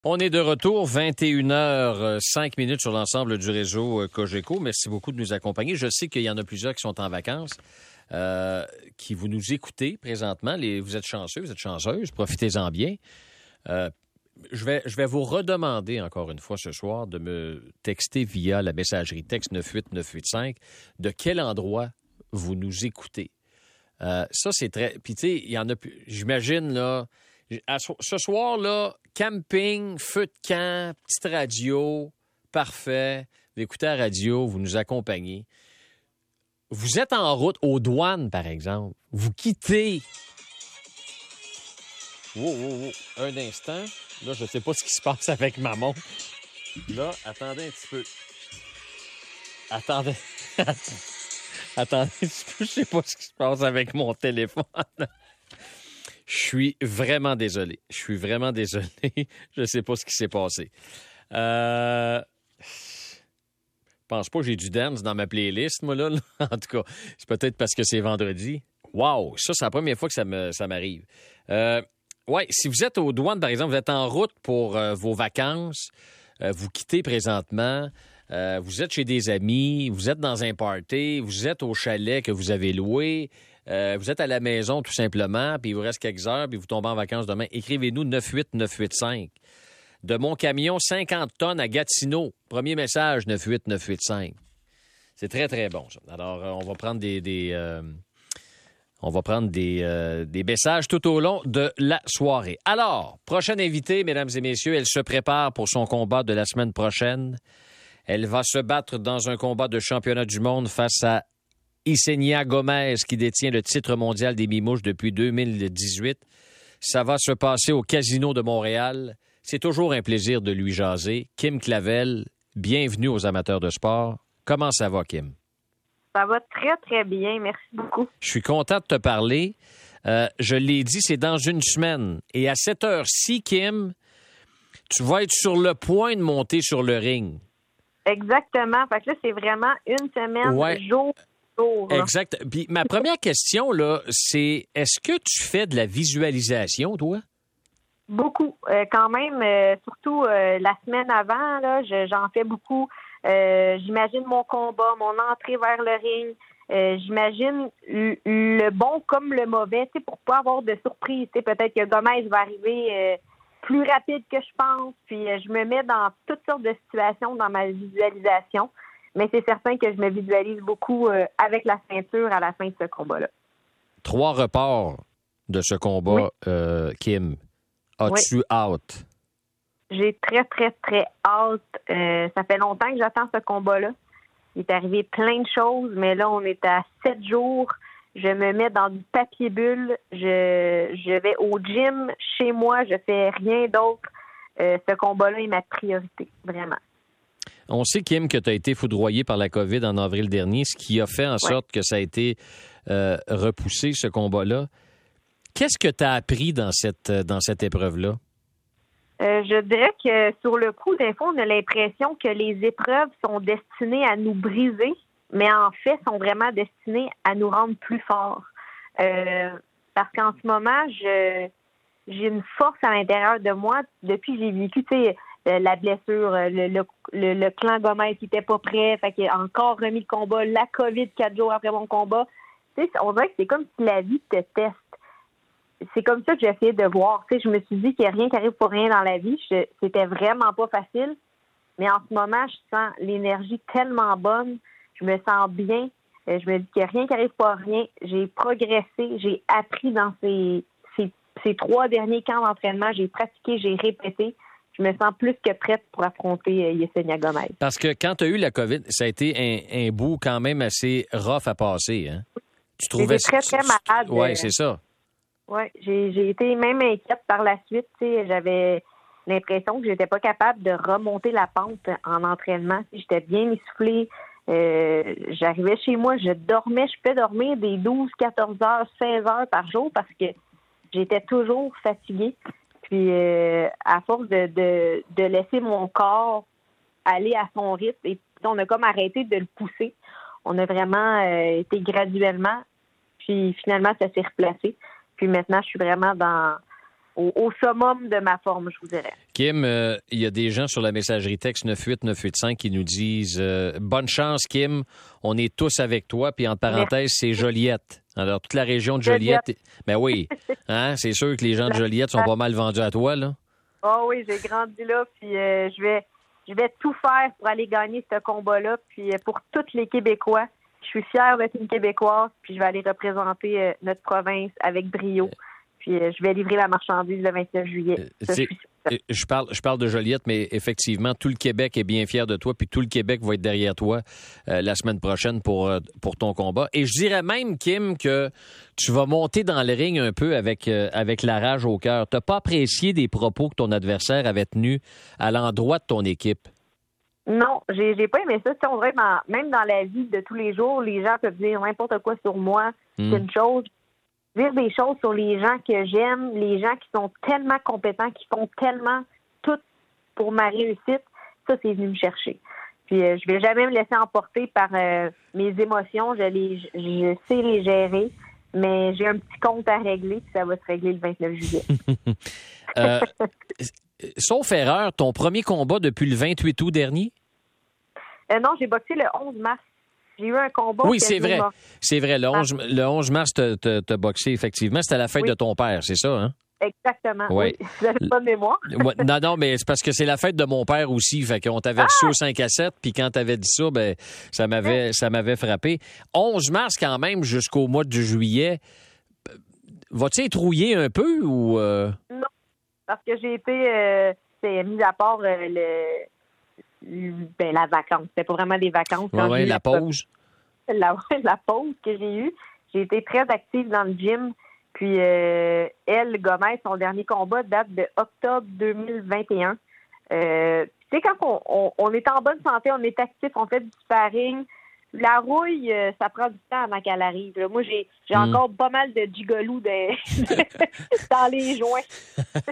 On est de retour, 21h05 sur l'ensemble du réseau Cogeco. Merci beaucoup de nous accompagner. Je sais qu'il y en a plusieurs qui sont en vacances, qui vous nous écoutez présentement. Vous êtes chanceux, vous êtes chanceuse, profitez-en bien. Je vais vous redemander encore une fois ce soir de me texter via la messagerie texte 98985 de quel endroit vous nous écoutez. Ça, c'est très... Puis tu sais, il y en a... J'imagine, là... Ce soir, là, camping, feu de camp, petite radio, parfait. Vous écoutez la radio, vous nous accompagnez. Vous êtes en route aux douanes, par exemple. Vous quittez. Wow. Un instant. Là, je ne sais pas ce qui se passe avec ma montre. Là, attendez un petit peu. Attendez un petit peu. Je ne sais pas ce qui se passe avec mon téléphone. Je suis vraiment désolé. Je ne sais pas ce qui s'est passé. Je pense pas que j'ai du dance dans ma playlist, moi, là. En tout cas, c'est peut-être parce que c'est vendredi. Wow! Ça, c'est la première fois que ça m'arrive. Oui, si vous êtes aux douanes, par exemple, vous êtes en route pour vos vacances, vous quittez présentement, vous êtes chez des amis, vous êtes dans un party, vous êtes au chalet que vous avez loué, vous êtes à la maison tout simplement, puis il vous reste quelques heures, puis vous tombez en vacances demain. Écrivez-nous 98985. De mon camion, 50 tonnes à Gatineau. Premier message, 98985. C'est très, très bon, ça. Alors, on va prendre des messages tout au long de la soirée. Alors, prochaine invitée, mesdames et messieurs, elle se prépare pour son combat de la semaine prochaine. Elle va se battre dans un combat de championnat du monde face à Yesenia Gomez, qui détient le titre mondial des mimouches depuis 2018. Ça va se passer au Casino de Montréal. C'est toujours un plaisir de lui jaser. Kim Clavel, bienvenue aux amateurs de sport. Comment ça va, Kim? Ça va très, très bien. Merci beaucoup. Je suis content de te parler. Je l'ai dit, c'est dans une semaine. Et à cette heure-ci, Kim, tu vas être sur le point de monter sur le ring. Exactement. Fait que là, c'est vraiment une semaine, jour. Exact. Puis ma première question, là, c'est est-ce que tu fais de la visualisation, toi? Beaucoup. Quand même, surtout la semaine avant, là, j'en fais beaucoup. J'imagine mon combat, mon entrée vers le ring. J'imagine le bon comme le mauvais, tu sais, pour pas avoir de surprise. Tu sais, peut-être que Gomez va arriver plus rapide que je pense. Puis je me mets dans toutes sortes de situations dans ma visualisation. Mais c'est certain que je me visualise beaucoup avec la ceinture à la fin de ce combat-là. 3 reports de ce combat, Kim. As-tu hâte? J'ai très, très, très hâte. Ça fait longtemps que j'attends ce combat-là. Il est arrivé plein de choses, mais là, on est à 7 jours. Je me mets dans du papier bulle. Je vais au gym chez moi. Je fais rien d'autre. Ce combat-là est ma priorité, vraiment. On sait, Kim, que tu as été foudroyé par la COVID en avril dernier, ce qui a fait en sorte que ça a été repoussé, ce combat-là. Qu'est-ce que tu as appris dans cette épreuve-là? Je dirais que sur le coup, des fois, on a l'impression que les épreuves sont destinées à nous briser, mais en fait, sont vraiment destinées à nous rendre plus forts. Parce qu'en ce moment, j'ai une force à l'intérieur de moi depuis que j'ai vécu, tu sais, la blessure, le clan Gomez qui n'était pas prêt, fait qu'il a encore remis le combat, la COVID 4 jours après mon combat. Tu sais, on dirait que c'est comme si la vie te teste. C'est comme ça que j'ai essayé de voir. Tu sais, je me suis dit qu'il n'y a rien qui arrive pour rien dans la vie. C'était vraiment pas facile. Mais en ce moment, je sens l'énergie tellement bonne. Je me sens bien. Je me dis qu'il n'y a rien qui arrive pour rien. J'ai progressé. J'ai appris dans ces 3 derniers camps d'entraînement. J'ai pratiqué, j'ai répété. Je me sens plus que prête pour affronter Yesenia Gomez. Parce que quand tu as eu la COVID, ça a été un bout quand même assez rough à passer. Hein? Tu trouvais J'étais très, très malade. Oui, c'est ça. Oui, j'ai été même inquiète par la suite. Tu sais, j'avais l'impression que j'étais pas capable de remonter la pente en entraînement. J'étais bien essoufflée. J'arrivais chez moi, je peux dormir des 12, 14 heures, 16 heures par jour parce que j'étais toujours fatiguée. Puis à force de laisser mon corps aller à son rythme, et on a comme arrêté de le pousser. On a vraiment été graduellement, puis finalement, ça s'est replacé. Puis maintenant, je suis vraiment au summum de ma forme, je vous dirais. Kim, il y a des gens sur la messagerie texte 98985 qui nous disent bonne chance, Kim, on est tous avec toi. Puis, entre parenthèses, c'est Joliette. Alors, toute la région de Joliette. Ben oui, hein, c'est sûr que les gens de Joliette sont pas mal vendus à toi, là. Oh oui, j'ai grandi là, puis je vais tout faire pour aller gagner ce combat-là. Puis pour tous les Québécois, je suis fière d'être une Québécoise, puis je vais aller représenter notre province avec brio. Puis je vais livrer la marchandise le 29 juillet. Je parle de Joliette, mais effectivement, tout le Québec est bien fier de toi, puis tout le Québec va être derrière toi la semaine prochaine pour ton combat. Et je dirais même, Kim, que tu vas monter dans le ring un peu avec la rage au cœur. Tu n'as pas apprécié des propos que ton adversaire avait tenus à l'endroit de ton équipe? Non, j'ai pas aimé ça. On dirait que même dans la vie de tous les jours, les gens peuvent dire n'importe quoi sur moi. C'est une chose. Dire des choses sur les gens que j'aime, les gens qui sont tellement compétents, qui font tellement tout pour ma réussite, ça, c'est venu me chercher. Puis, je vais jamais me laisser emporter par mes émotions. Je sais les gérer, mais j'ai un petit compte à régler, puis ça va se régler le 29 juillet. Sauf erreur, ton premier combat depuis le 28 août dernier? Non, j'ai boxé le 11 mars. J'ai eu un combat. Oui, c'est vrai. C'est vrai. Le 11 mars, t'as boxé, effectivement. C'était à la fête de ton père, c'est ça, hein? Exactement. Oui. Vous n'avez pas de mémoire? Non, mais c'est parce que c'est la fête de mon père aussi. Fait qu'on t'avait reçu au 5 à 7, puis quand t'avais dit ça, ben ça m'avait frappé. 11 mars, quand même, jusqu'au mois de juillet. Vas-tu être rouillé un peu ou... Non, parce que j'ai été mis à part la vacance. C'était pas vraiment des vacances. Oui, la pause. La pause que j'ai eue. J'ai été très active dans le gym. Puis, elle, Gomez, son dernier combat date de octobre 2021. Tu sais, quand on est en bonne santé, on est actif, on fait du sparring. La rouille, ça prend du temps avant qu'elle arrive. Là. Moi, j'ai encore pas mal de gigolous dans les joints.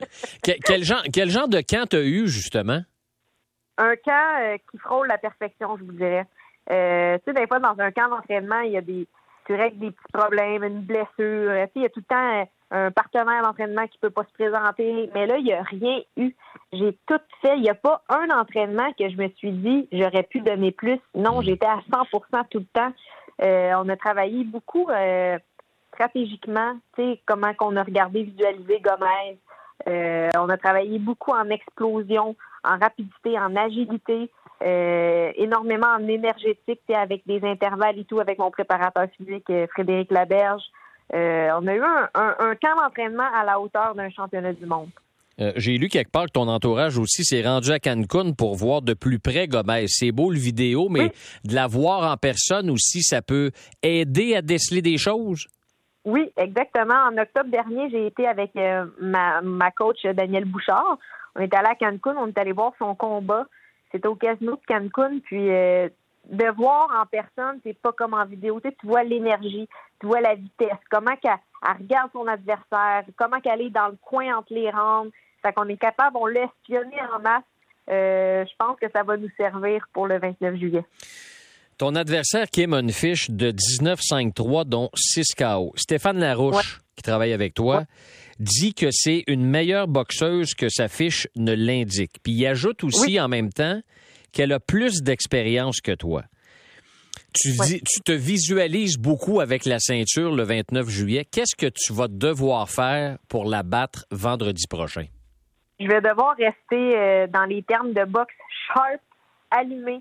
Quel genre de camp t'as eu, justement? Un camp qui frôle la perfection, je vous dirais. Tu sais, des fois, dans un camp d'entraînement, il y a tu règles des petits problèmes, une blessure. Tu sais, il y a tout le temps un partenaire d'entraînement qui peut pas se présenter. Mais là, il n'y a rien eu. J'ai tout fait. Il n'y a pas un entraînement que je me suis dit j'aurais pu donner plus. Non, j'étais à 100% tout le temps. On a travaillé beaucoup stratégiquement. Tu sais, comment qu'on a regardé visualiser Gomez. On a travaillé beaucoup en explosion, en rapidité, en agilité, énormément en énergétique, avec des intervalles et tout, avec mon préparateur physique, Frédéric Laberge. On a eu un camp d'entraînement à la hauteur d'un championnat du monde. J'ai lu quelque part que ton entourage aussi s'est rendu à Cancun pour voir de plus près Gomez. C'est beau le vidéo, mais de la voir en personne aussi, ça peut aider à déceler des choses? Oui, exactement. En octobre dernier, j'ai été avec ma coach Danielle Bouchard. On est allé à Cancun, on est allé voir son combat. C'était au casino de Cancun, puis de voir en personne, c'est pas comme en vidéo. Tu vois l'énergie, tu vois la vitesse, comment qu'elle regarde son adversaire, comment qu'elle est dans le coin entre les rangs. Fait qu'on est capable, on l'a espionné en masse. Je pense que ça va nous servir pour le 29 juillet. Ton adversaire, Kim, a une fiche de 19-5-3, dont 6 KO. Stéphane Larouche, qui travaille avec toi, dit que c'est une meilleure boxeuse que sa fiche ne l'indique. Puis il ajoute aussi en même temps qu'elle a plus d'expérience que toi. Tu te visualises beaucoup avec la ceinture le 29 juillet. Qu'est-ce que tu vas devoir faire pour la battre vendredi prochain? Je vais devoir rester dans les termes de boxe sharp, allumé,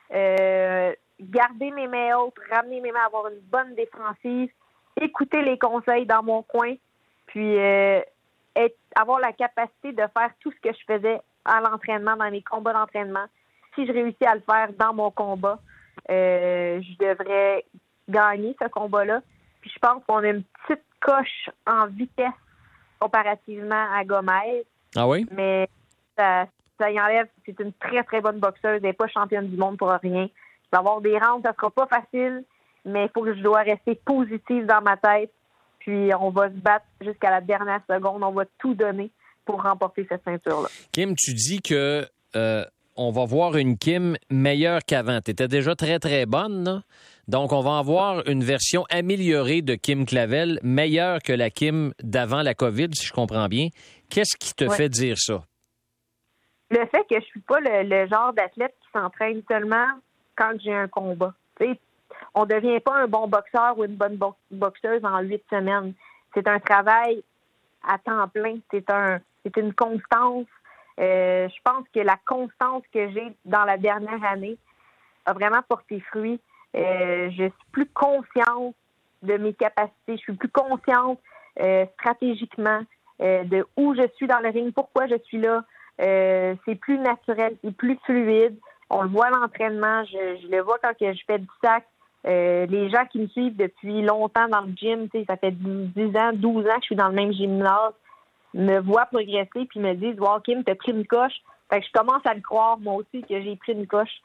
garder mes mains hautes, ramener mes mains, avoir une bonne défensive, écouter les conseils dans mon coin, puis avoir la capacité de faire tout ce que je faisais à l'entraînement, dans mes combats d'entraînement. Si je réussis à le faire dans mon combat, je devrais gagner ce combat-là. Puis je pense qu'on a une petite coche en vitesse comparativement à Gomez. Ah oui? Mais ça y enlève. C'est une très, très bonne boxeuse. Elle n'est pas championne du monde pour rien. Je vais avoir des rounds, ça sera pas facile, mais il faut que je dois rester positive dans ma tête. Puis on va se battre jusqu'à la dernière seconde. On va tout donner pour remporter cette ceinture-là. Kim, tu dis que on va voir une Kim meilleure qu'avant. Tu étais déjà très, très bonne, là. Donc, on va avoir une version améliorée de Kim Clavel, meilleure que la Kim d'avant la COVID, si je comprends bien. Qu'est-ce qui te fait dire ça? Le fait que je suis pas le genre d'athlète qui s'entraîne seulement quand j'ai un combat. T'sais, on devient pas un bon boxeur ou une bonne boxeuse en 8 semaines. C'est un travail à temps plein. C'est une constance. Je pense que la constance que j'ai dans la dernière année a vraiment porté fruit. Je suis plus consciente de mes capacités. Je suis plus consciente stratégiquement de où je suis dans le ring, pourquoi je suis là. C'est plus naturel, c'est plus fluide. On le voit à l'entraînement. Je le vois quand je fais du sac. Les gens qui me suivent depuis longtemps dans le gym, ça fait 10 ans, 12 ans que je suis dans le même gymnase, me voient progresser puis me disent « Wow, Kim, t'as pris une coche. » Fait que je commence à le croire, moi aussi, que j'ai pris une coche.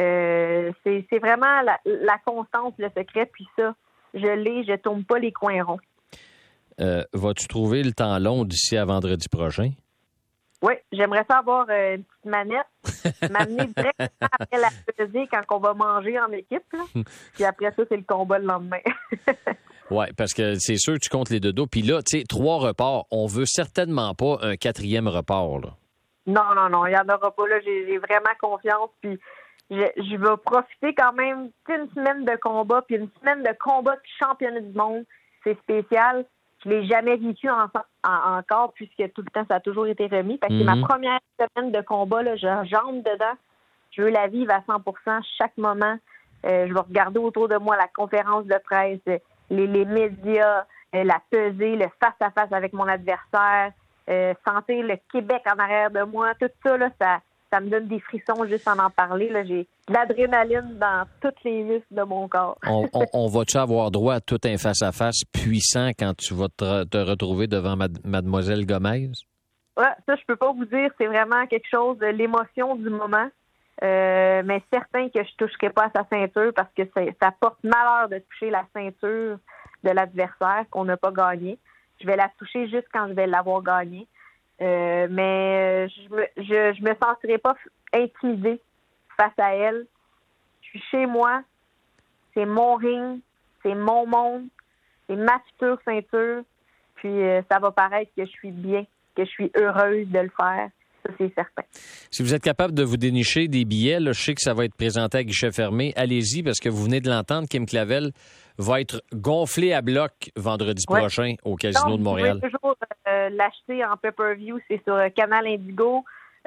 C'est vraiment la constance, le secret, puis ça, je tourne pas les coins ronds. Vas-tu trouver le temps long d'ici à vendredi prochain? Oui, j'aimerais ça avoir une petite manette, m'amener directement après la pesée quand on va manger en équipe. Là. Puis après ça, c'est le combat le lendemain. Oui, parce que c'est sûr que tu comptes les dodos. Puis là, tu sais, 3 reports. On veut certainement pas un 4e report. Là. Non, il n'y en aura pas. Là, j'ai vraiment confiance. Puis je vais profiter quand même d'une semaine de combat. Puis une semaine de combat de championnat du monde. C'est spécial. Je ne l'ai jamais vécu encore, puisque tout le temps, ça a toujours été remis. Fait que c'est ma première semaine de combat. Là, j'entre dedans. Je veux la vivre à 100%, chaque moment. Je vais regarder autour de moi la conférence de presse, les médias, la pesée, le face-à-face avec mon adversaire, sentir le Québec en arrière de moi. Tout ça, là, ça me donne des frissons juste en parler. Là. J'ai de l'adrénaline dans toutes les muscles de mon corps. on va-tu avoir droit à tout un face-à-face puissant quand tu vas te retrouver devant Mademoiselle Gomez? Ouais, ça, je peux pas vous dire. C'est vraiment quelque chose de l'émotion du moment. Mais certain que je toucherai pas à sa ceinture parce que ça porte malheur de toucher la ceinture de l'adversaire qu'on n'a pas gagné. Je vais la toucher juste quand je vais l'avoir gagnée. Mais je me sentirai pas intimidée face à elle. Je suis chez moi. C'est mon ring. C'est mon monde. C'est ma future ceinture. Puis ça va paraître que je suis bien, que je suis heureuse de le faire. Ça, c'est certain. Si vous êtes capable de vous dénicher des billets, là, je sais que ça va être présenté à guichet fermé. Allez-y, parce que vous venez de l'entendre, Kim Clavel va être gonflé à bloc vendredi prochain au Casino de Montréal. Vous pouvez toujours l'acheter en pay-per-view. C'est sur Canal Indigo,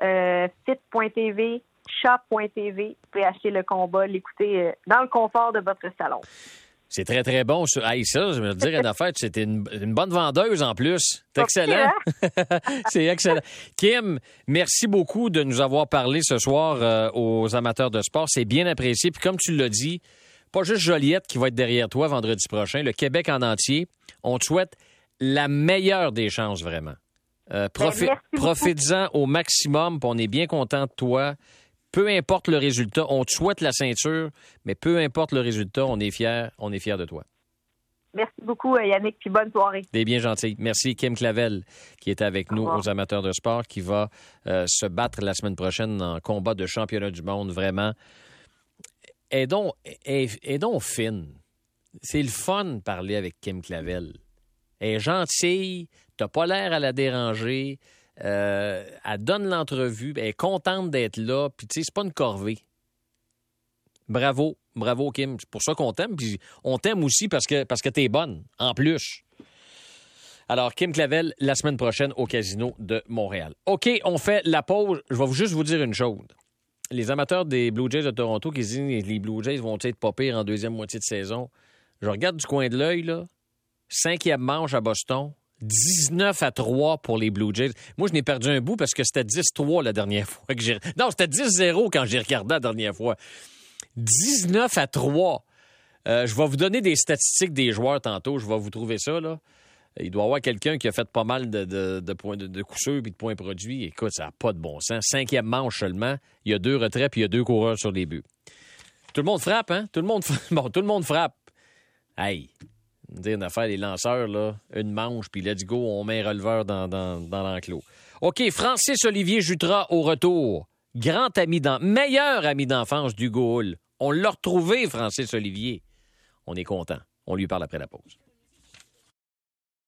fit.tv, shop.tv. Vous pouvez acheter le combat, l'écouter dans le confort de votre salon. C'est très, très bon. Hey, ça, je vais te dire une affaire, c'était une bonne vendeuse en plus. C'est excellent. C'est excellent. Kim, merci beaucoup de nous avoir parlé ce soir aux amateurs de sport. C'est bien apprécié. Puis comme tu l'as dit, pas juste Joliette qui va être derrière toi vendredi prochain, le Québec en entier. On te souhaite la meilleure des chances, vraiment. Profites-en au maximum, puis on est bien content de toi. Peu importe le résultat, on te souhaite la ceinture, mais peu importe le résultat, on est fiers de toi. Merci beaucoup, Yannick, puis bonne soirée. T'es bien gentil. Merci, Kim Clavel, qui est avec nous aux amateurs de sport, qui va se battre la semaine prochaine en combat de championnat du monde, vraiment. Elle est donc fine. C'est le fun de parler avec Kim Clavel. Elle est gentille, t'as pas l'air à la déranger. Elle donne l'entrevue, elle est contente d'être là, puis tu sais, c'est pas une corvée. Bravo, Kim. C'est pour ça qu'on t'aime, puis on t'aime aussi parce que t'es bonne, en plus. Alors, Kim Clavel, la semaine prochaine au Casino de Montréal. OK, on fait la pause. Je vais juste vous dire une chose. Les amateurs des Blue Jays de Toronto qui se disent les Blue Jays vont être pas pires en deuxième moitié de saison. Je regarde du coin de l'œil, là. 5e manche à Boston. 19-3 pour les Blue Jays. Moi, je n'ai perdu un bout parce que c'était 10-3 la dernière fois que j'ai... Non, c'était 10-0 quand j'ai regardé la dernière fois. 19-3. Je vais vous donner des statistiques des joueurs tantôt. Je vais vous trouver ça, là. Il doit y avoir quelqu'un qui a fait pas mal de points de coups sûrs et de points produits. Écoute, ça n'a pas de bon sens. 5e manche seulement. Il y a 2 retraits puis il y a 2 coureurs sur les buts. Tout le monde frappe, hein? Tout le monde frappe. Hey! Dire une affaire, les lanceurs, là, une manche, puis let's go, on met un releveur dans l'enclos. OK, Francis-Olivier Jutras au retour. Meilleur ami d'enfance d'Hugo Hull. On l'a retrouvé, Francis-Olivier. On est content. On lui parle après la pause.